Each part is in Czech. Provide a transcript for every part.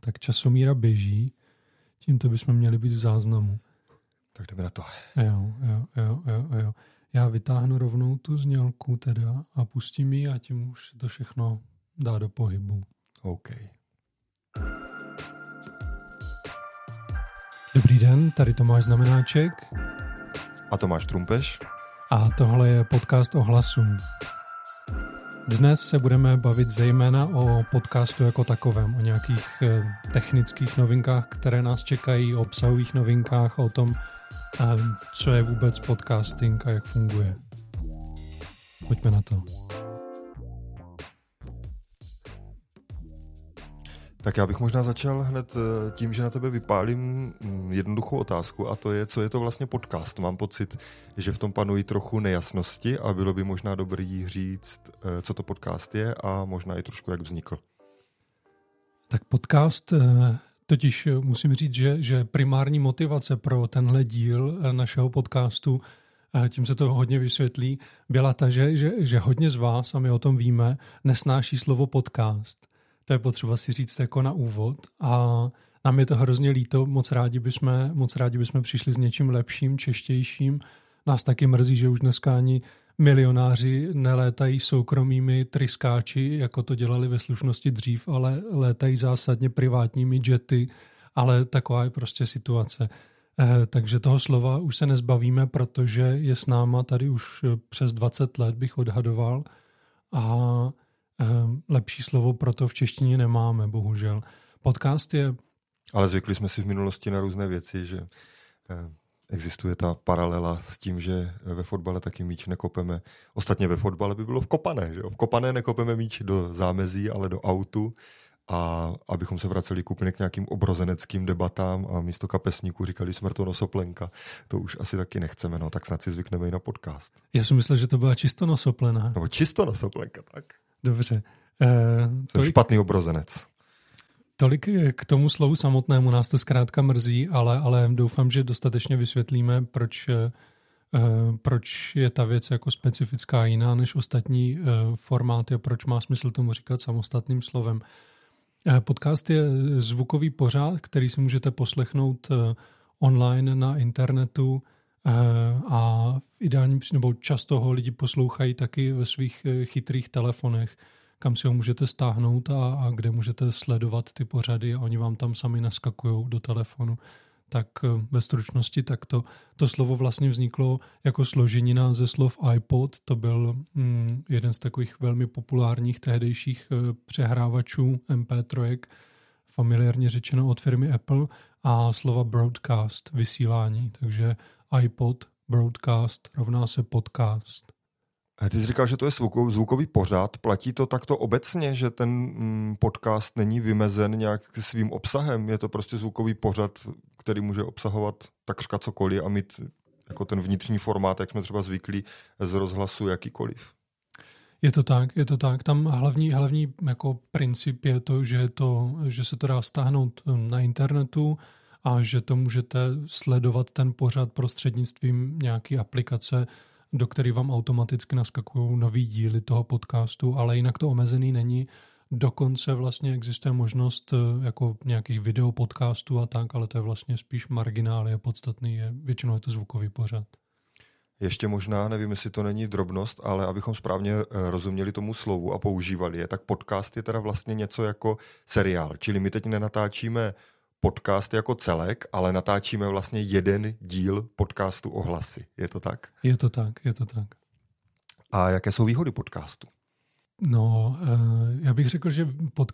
tak časomíra běží, tímto bychom měli být v záznamu. Tak jdeme na to. Jo. Já vytáhnu rovnou tu znělku teda a pustím ji a tím už to všechno dá do pohybu. OK. Dobrý den, tady Tomáš Znamenáček. A Tomáš Trumpeš. A tohle je podcast o hlasu. Dnes se budeme bavit zejména o podcastu jako takovém, o nějakých technických novinkách, které nás čekají, o obsahových novinkách, o tom, co je vůbec podcasting a jak funguje. Pojďme na to. Tak já bych možná začal hned tím, že na tebe vypálím jednoduchou otázku a to je, co je to vlastně podcast. Mám pocit, že v tom panují trochu nejasnosti a bylo by možná dobrý říct, co to podcast je a možná i trošku, jak vznikl. Tak podcast, totiž musím říct, že primární motivace pro tenhle díl našeho podcastu, tím se to hodně vysvětlí, byla ta, že hodně z vás, a my o tom víme, nesnáší slovo podcast. To je potřeba si říct jako na úvod a nám je to hrozně líto, moc rádi bychom přišli s něčím lepším, češtějším. Nás taky mrzí, že už dneska ani milionáři nelétají soukromými tryskáči, jako to dělali ve slušnosti dřív, ale létají zásadně privátními jety, ale taková je prostě situace. Takže toho slova už se nezbavíme, protože je s náma tady už přes 20 let, bych odhadoval, a lepší slovo pro to v češtině nemáme, bohužel. Podcast je... Ale zvykli jsme si v minulosti na různé věci, že existuje ta paralela s tím, že ve fotbale taky míč nekopeme. Ostatně ve fotbale by bylo vkopané, že jo? Vkopané nekopeme míč do zámezí, ale do autu. A abychom se vraceli úplně k nějakým obrozeneckým debatám a místo kapesníků říkali smrtonosoplenka, to už asi taky nechceme, no tak snad si zvykneme i na podcast. Já si myslel, že to byla čistonosoplena. Nebo čistonosoplenka, tak. Dobře. Jsem špatný obrozenec. Tolik k tomu slovu samotnému, nás to zkrátka mrzí, ale doufám, že dostatečně vysvětlíme, proč je ta věc jako specifická jiná než ostatní formáty a proč má smysl tomu říkat samostatným slovem. Podcast je zvukový pořad, který si můžete poslechnout online na internetu a v ideálním, nebo často ho lidi poslouchají taky ve svých chytrých telefonech, kam si ho můžete stáhnout a kde můžete sledovat ty pořady a oni vám tam sami naskakují do telefonu. Tak ve stručnosti takto. To slovo vlastně vzniklo jako složenina ze slov iPod. To byl jeden z takových velmi populárních tehdejších přehrávačů MP3, familiárně řečeno od firmy Apple, a slova broadcast, vysílání. Takže iPod, broadcast rovná se podcast. Ty jsi říkal, že to je zvukový pořad. Platí to takto obecně, že ten podcast není vymezen nějak svým obsahem? Je to prostě zvukový pořad, který může obsahovat takřka cokoliv a mít jako ten vnitřní formát, jak jsme třeba zvyklí z rozhlasu jakýkoliv? Je to tak. Tam hlavní jako princip je to, že se to dá stáhnout na internetu a že to můžete sledovat ten pořad prostřednictvím nějaké aplikace, do který vám automaticky naskakují nový díly toho podcastu, ale jinak to omezený není. Dokonce vlastně existuje možnost jako nějakých videopodcastů a tak, ale to je vlastně spíš marginálie, podstatný je, většinou je to zvukový pořad. Ještě možná, nevím, jestli to není drobnost, ale abychom správně rozuměli tomu slovu a používali je, tak podcast je teda vlastně něco jako seriál, čili my teď nenatáčíme podcast jako celek, ale natáčíme vlastně jeden díl podcastu o hlasy. Je to tak? Je to tak. A jaké jsou výhody podcastu? No, já bych řekl, že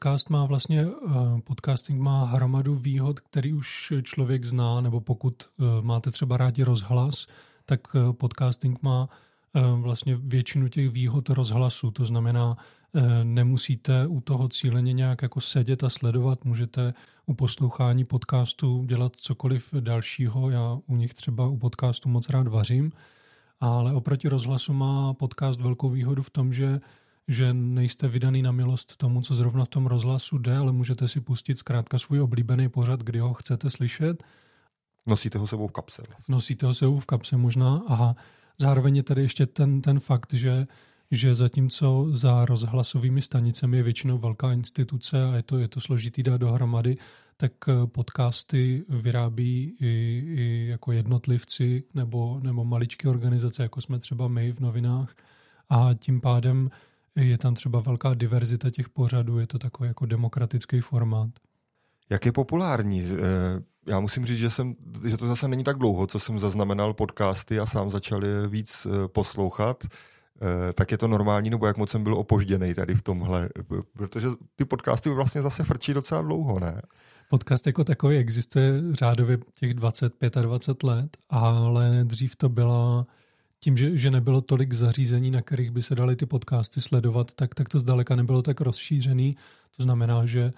podcasting má hromadu výhod, který už člověk zná, nebo pokud máte třeba rádi rozhlas, tak podcasting má vlastně většinu těch výhod rozhlasu. To znamená, nemusíte u toho cíleně nějak jako sedět a sledovat, můžete u poslouchání podcastu dělat cokoliv dalšího. Já u nich třeba u podcastu moc rád vařím, ale oproti rozhlasu má podcast velkou výhodu v tom, že nejste vydaný na milost tomu, co zrovna v tom rozhlasu jde, ale můžete si pustit zkrátka svůj oblíbený pořad, kdy ho chcete slyšet. Nosíte ho sebou v kapse. Nosíte ho sebou v kapse možná a zároveň je tady ještě ten fakt, že zatímco za rozhlasovými stanicemi je většinou velká instituce a je to složitý dát dohromady, tak podcasty vyrábí i jako jednotlivci nebo maličké organizace, jako jsme třeba my v novinách. A tím pádem je tam třeba velká diverzita těch pořadů, je to takový jako demokratický formát. Jak je populární? Já musím říct, že to zase není tak dlouho, co jsem zaznamenal podcasty a sám začal je víc poslouchat. Tak je to normální, nebo jak moc jsem byl opožděnej tady v tomhle? Protože ty podcasty vlastně zase frčí docela dlouho, ne? Podcast jako takový existuje řádově těch 20-25 let, ale dřív to byla tím, že nebylo tolik zařízení, na kterých by se daly ty podcasty sledovat, tak to zdaleka nebylo tak rozšířený. To znamená, že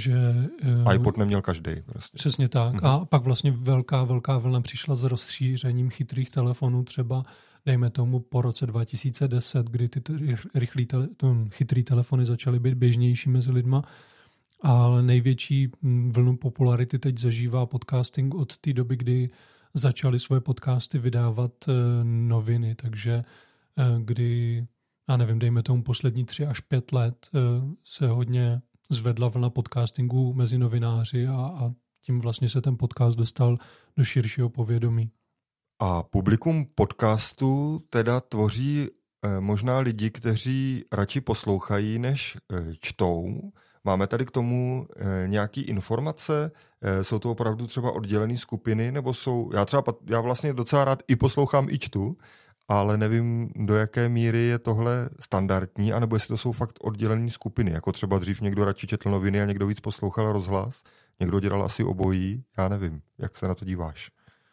iPod neměl každý. Prostě. Přesně tak. A pak vlastně velká vlna přišla s rozšířením chytrých telefonů, třeba dejme tomu po roce 2010, kdy ty chytrý telefony začaly být běžnější mezi lidma. Ale největší vlnu popularity teď zažívá podcasting od té doby, kdy začaly svoje podcasty vydávat noviny. Takže kdy, já nevím, dejme tomu poslední 3 až 5 let se hodně zvedla vlna podcastingu mezi novináři a tím vlastně se ten podcast dostal do širšího povědomí. A publikum podcastu teda tvoří možná lidi, kteří radši poslouchají, než čtou. Máme tady k tomu nějaké informace? Jsou to opravdu třeba oddělené skupiny, nebo jsou... Já vlastně docela rád i poslouchám, i čtu, ale nevím, do jaké míry je tohle standardní, anebo jestli to jsou fakt oddělené skupiny. Jako třeba dřív někdo radši četl noviny a někdo víc poslouchal rozhlas. Někdo dělal asi obojí. Já nevím, jak se na to díváš.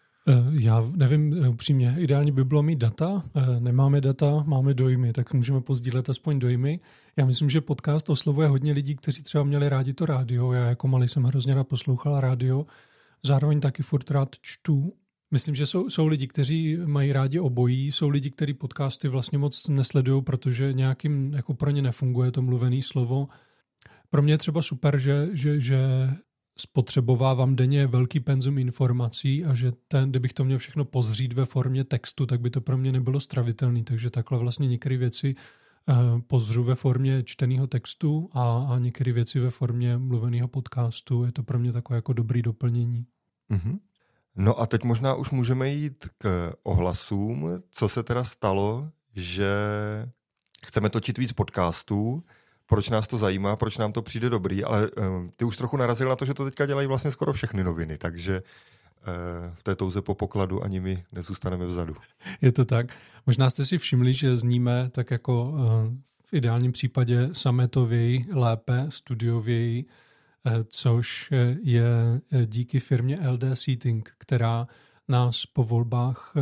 Já nevím upřímně, ideálně by bylo mít data, nemáme data, máme dojmy, tak můžeme pozdílet aspoň dojmy. Já myslím, že podcast oslovuje hodně lidí, kteří třeba měli rádi to rádio, já jako malý jsem hrozně rád poslouchal rádio, zároveň taky furt rád čtu. Myslím, že jsou lidi, kteří mají rádi obojí, jsou lidi, kteří podcasty vlastně moc nesledují, protože nějakým jako pro ně nefunguje to mluvené slovo. Pro mě je třeba super, že spotřebovávám denně velký penzum informací a že kdybych to měl všechno pozřít ve formě textu, tak by to pro mě nebylo stravitelné. Takže takhle vlastně některé věci pozřu ve formě čteného textu a některé věci ve formě mluveného podcastu. Je to pro mě takové jako dobrý doplnění. Mm-hmm. No a teď možná už můžeme jít k ohlasům. Co se teda stalo, že chceme točit víc podcastů, proč nás to zajímá, proč nám to přijde dobrý, ale ty už trochu narazil na to, že to teďka dělají vlastně skoro všechny noviny, takže v té touze po pokladu ani my nezůstaneme vzadu. Je to tak. Možná jste si všimli, že zníme tak jako v ideálním případě sametověji, lépe, studiověji, což je díky firmě LD Seating, která nás po volbách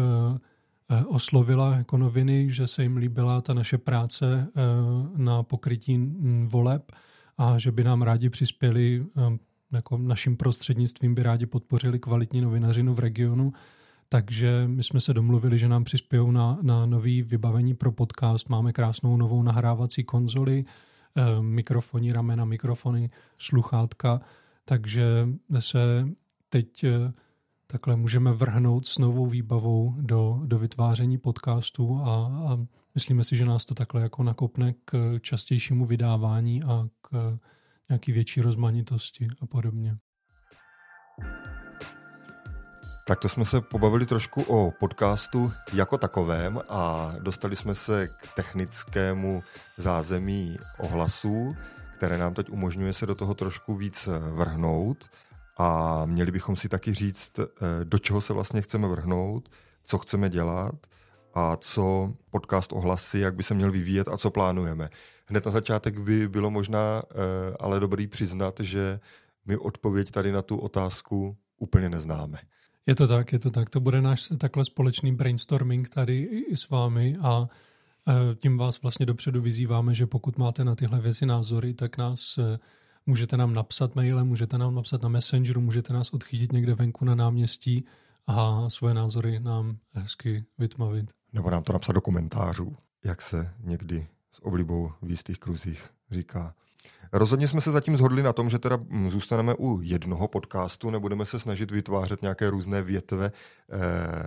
oslovila jako noviny, že se jim líbila ta naše práce na pokrytí voleb a že by nám rádi přispěli, jako naším prostřednictvím by rádi podpořili kvalitní novinařinu v regionu. Takže my jsme se domluvili, že nám přispějou na nový vybavení pro podcast. Máme krásnou novou nahrávací konzoli, mikrofonní ramena, mikrofony, sluchátka, takže se teď takhle můžeme vrhnout s novou výbavou do vytváření podcastů a myslíme si, že nás to takhle jako nakopne k častějšímu vydávání a k nějaký větší rozmanitosti a podobně. Tak to jsme se pobavili trošku o podcastu jako takovém a dostali jsme se k technickému zázemí ohlasů, které nám teď umožňuje se do toho trošku víc vrhnout a měli bychom si taky říct, do čeho se vlastně chceme vrhnout, co chceme dělat a co podcast ohlasy, jak by se měl vyvíjet a co plánujeme. Hned na začátek by bylo možná ale dobrý přiznat, že my odpověď tady na tu otázku úplně neznáme. Je to tak. To bude náš takhle společný brainstorming tady i s vámi a tím vás vlastně dopředu vyzýváme, že pokud máte na tyhle věci názory, tak nás můžete nám napsat mailem, můžete nám napsat na Messengeru, můžete nás odchytit někde venku na náměstí a svoje názory nám hezky vytmavit. Nebo nám to napsat do komentářů, jak se někdy s oblibou v jistých kruzích říká. Rozhodně jsme se zatím shodli na tom, že teda zůstaneme u jednoho podcastu, nebudeme se snažit vytvářet nějaké různé větve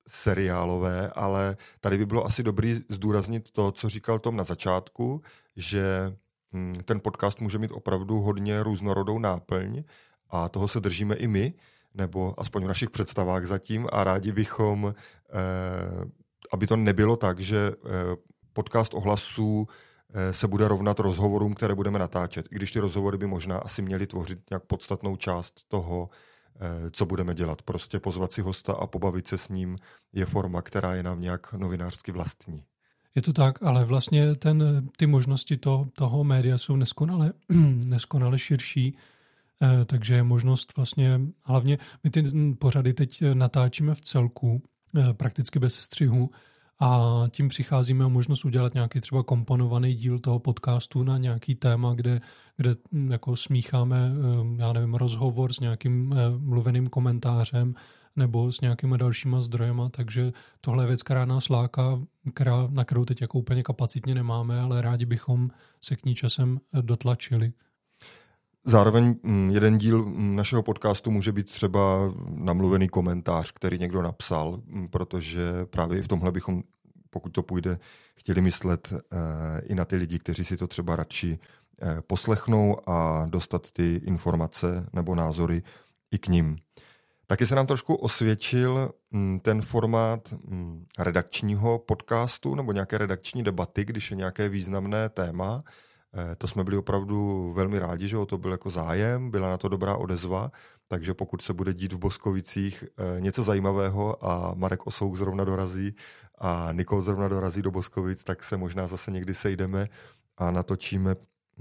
seriálové, ale tady by bylo asi dobrý zdůraznit to, co říkal Tom na začátku, že ten podcast může mít opravdu hodně různorodou náplň a toho se držíme i my, nebo aspoň v našich představách zatím a rádi bychom, aby to nebylo tak, že podcast ohlasů se bude rovnat rozhovorům, které budeme natáčet. I když ty rozhovory by možná asi měly tvořit nějak podstatnou část toho, co budeme dělat. Prostě pozvat si hosta a pobavit se s ním je forma, která je nám nějak novinářsky vlastní. Je to tak, ale vlastně ty možnosti toho média jsou neskonale širší, takže je možnost vlastně, hlavně my ty pořady teď natáčíme v celku, prakticky bez střihu, a tím přicházíme o možnost udělat nějaký třeba komponovaný díl toho podcastu na nějaký téma, kde jako smícháme, já nevím, rozhovor s nějakým mluveným komentářem nebo s nějakýma dalšíma zdrojema, takže tohle je věc, která nás láká, na kterou teď jako úplně kapacitně nemáme, ale rádi bychom se k ní časem dotlačili. Zároveň jeden díl našeho podcastu může být třeba namluvený komentář, který někdo napsal, protože právě v tomhle bychom, pokud to půjde, chtěli myslet i na ty lidi, kteří si to třeba radši poslechnou a dostat ty informace nebo názory i k nim. Taky se nám trošku osvědčil ten formát redakčního podcastu nebo nějaké redakční debaty, když je nějaké významné téma. To jsme byli opravdu velmi rádi, že o to byl jako zájem, byla na to dobrá odezva, takže pokud se bude dít v Boskovicích něco zajímavého a Marek Osouk zrovna dorazí a Nikol zrovna dorazí do Boskovic, tak se možná zase někdy sejdeme a natočíme.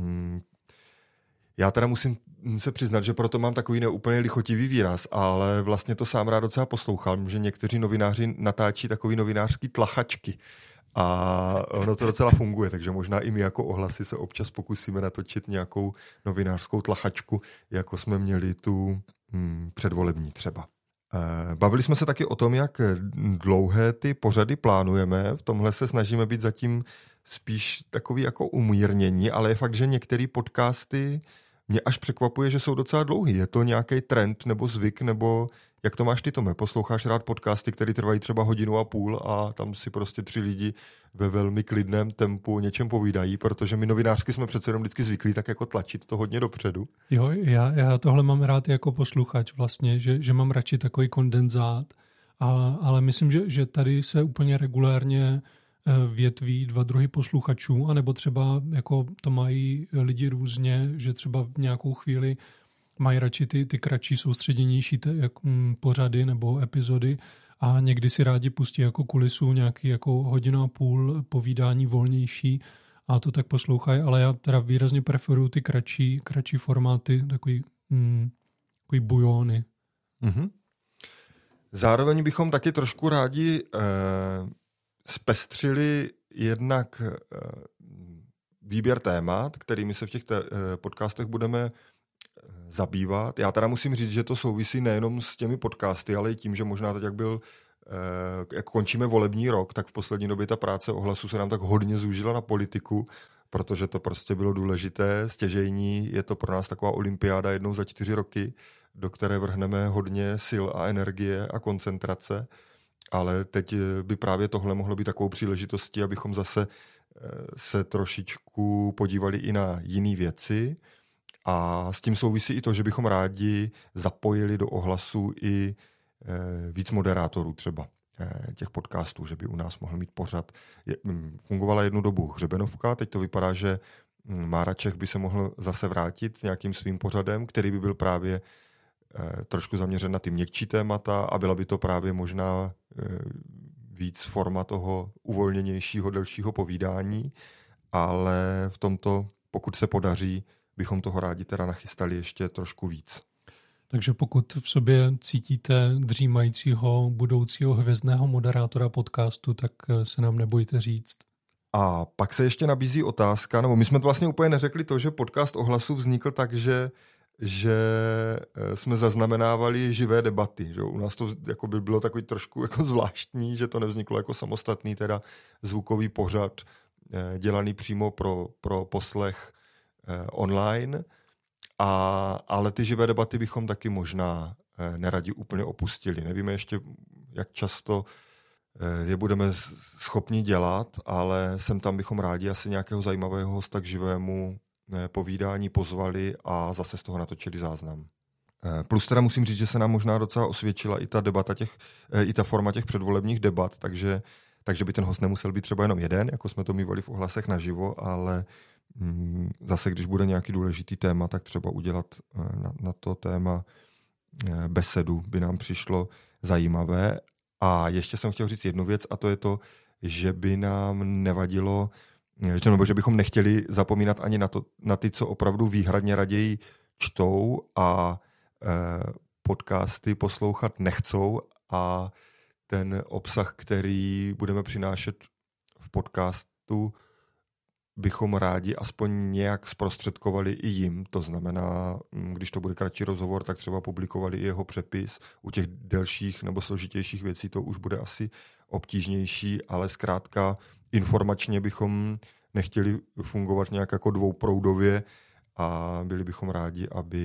Já teda musím se přiznat, že proto mám takový neúplně lichotivý výraz, ale vlastně to sám rád docela poslouchám, že někteří novináři natáčí takový novinářský tlachačky. A ono to docela funguje, takže možná i my jako ohlasy se občas pokusíme natočit nějakou novinářskou tlachačku, jako jsme měli tu předvolební třeba. Bavili jsme se taky o tom, jak dlouhé ty pořady plánujeme. V tomhle se snažíme být zatím spíš takový jako umírnění, ale je fakt, že některé podcasty mě až překvapuje, že jsou docela dlouhý. Je to nějaký trend nebo zvyk, nebo jak to máš ty, Tome? Posloucháš rád podcasty, které trvají třeba 1,5 hodiny a tam si prostě 3 lidi ve velmi klidném tempu o něčem povídají, protože my novinářsky jsme přece jenom vždycky zvyklí tak jako tlačit to hodně dopředu. Jo, já tohle mám rád jako posluchač vlastně, že mám radši takový kondenzát, ale myslím, že tady se úplně regulérně větví 2 druhy posluchačů, anebo třeba jako to mají lidi různě, že třeba v nějakou chvíli mají radši ty kratší soustředěnější pořady nebo epizody a někdy si rádi pustí jako kulisu nějaký jako 1,5 hodiny povídání volnější a to tak poslouchají, ale já teda výrazně preferuju ty kratší formáty, takový bujony. Mm-hmm. Zároveň bychom taky trošku rádi zpestřili jednak výběr témat, kterými se v těch podcastech budeme zabývat. Já teda musím říct, že to souvisí nejenom s těmi podcasty, ale i tím, že možná teď, jak končíme volební rok, tak v poslední době ta práce ohlasu se nám tak hodně zúžila na politiku, protože to prostě bylo důležité, stěžejní, je to pro nás taková olympiáda 1 za 4 roky, do které vrhneme hodně sil a energie a koncentrace, ale teď by právě tohle mohlo být takovou příležitostí, abychom zase se trošičku podívali i na jiné věci. A s tím souvisí i to, že bychom rádi zapojili do ohlasu i víc moderátorů třeba těch podcastů, že by u nás mohl mít pořad. Fungovala jednu dobu Hřebenovka, teď to vypadá, že Mára Čech by se mohl zase vrátit s nějakým svým pořadem, který by byl právě trošku zaměřen na ty měkčí témata a byla by to právě možná víc forma toho uvolněnějšího, delšího povídání, ale v tomto, pokud se podaří, bychom toho rádi teda nachystali ještě trošku víc. Takže pokud v sobě cítíte dřímajícího budoucího hvězdného moderátora podcastu, tak se nám nebojte říct. A pak se ještě nabízí otázka, nebo my jsme to vlastně úplně neřekli to, že podcast Ohlasu vznikl tak, že jsme zaznamenávali živé debaty. Že? U nás to jako by bylo takový trošku jako zvláštní, že to nevzniklo jako samostatný teda zvukový pořad dělaný přímo pro poslech online, ale ty živé debaty bychom taky možná neradi úplně opustili. Nevíme ještě, jak často je budeme schopni dělat, ale sem tam bychom rádi asi nějakého zajímavého hosta k živému povídání pozvali a zase z toho natočili záznam. Plus teda musím říct, že se nám možná docela osvědčila i ta debata i ta forma těch předvolebních debat, takže by ten host nemusel být třeba jenom jeden, jako jsme to mívali v Ohlasech naživo, ale zase, když bude nějaký důležitý téma, tak třeba udělat na to téma besedu by nám přišlo zajímavé. A ještě jsem chtěl říct jednu věc, a to je to, že by nám nevadilo, nebo že bychom nechtěli zapomínat ani na ty, co opravdu výhradně raději čtou a podcasty poslouchat nechcou a ten obsah, který budeme přinášet v podcastu, bychom rádi aspoň nějak zprostředkovali i jim. To znamená, když to bude kratší rozhovor, tak třeba publikovali i jeho přepis. U těch delších nebo složitějších věcí to už bude asi obtížnější, ale zkrátka informačně bychom nechtěli fungovat nějak jako dvouproudově a byli bychom rádi,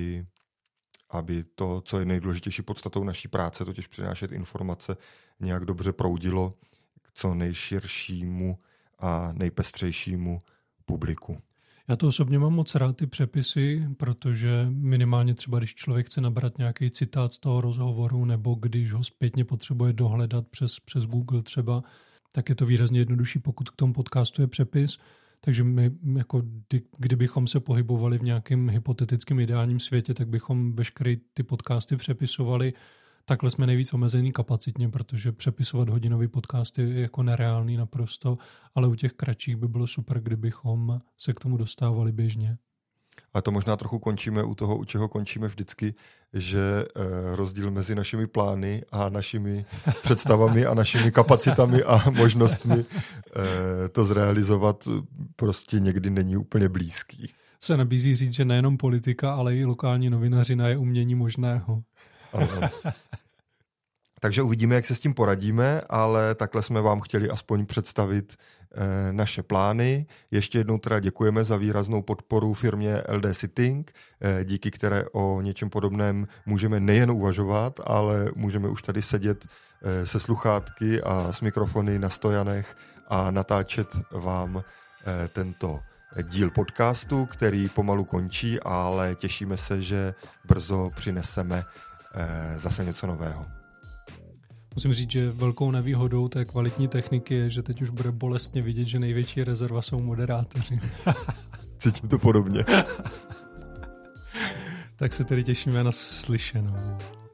aby to, co je nejdůležitější podstatou naší práce, totiž přinášet informace, nějak dobře proudilo k co nejširšímu a nejpestřejšímu publiku. Já to osobně mám moc rád ty přepisy, protože minimálně třeba, když člověk chce nabrat nějaký citát z toho rozhovoru nebo když ho zpětně potřebuje dohledat přes Google třeba, tak je to výrazně jednodušší, pokud k tomu podcastu je přepis. Takže my, jako kdybychom se pohybovali v nějakém hypotetickém ideálním světě, tak bychom veškeré ty podcasty přepisovali. Takhle jsme nejvíc omezený kapacitně, protože přepisovat hodinový podcast je jako nereálný naprosto, ale u těch kratších by bylo super, kdybychom se k tomu dostávali běžně. A to možná trochu končíme u toho, u čeho končíme vždycky, že rozdíl mezi našimi plány a našimi představami a našimi kapacitami a možnostmi to zrealizovat prostě někdy není úplně blízký. Se nabízí říct, že nejenom politika, ale i lokální novinařina je umění možného. Ano. Takže uvidíme, jak se s tím poradíme, ale takhle jsme vám chtěli aspoň představit naše plány. Ještě jednou teda děkujeme za výraznou podporu firmě LD Sitting, díky které o něčem podobném můžeme nejen uvažovat, ale můžeme už tady sedět se sluchátky a s mikrofony na stojanech a natáčet vám tento díl podcastu, který pomalu končí, ale těšíme se, že brzo přineseme zase něco nového. Musím říct, že velkou nevýhodou té kvalitní techniky je, že teď už bude bolestně vidět, že největší rezerva jsou moderátoři. Cítím to podobně. Tak se tedy těšíme na slyšenou.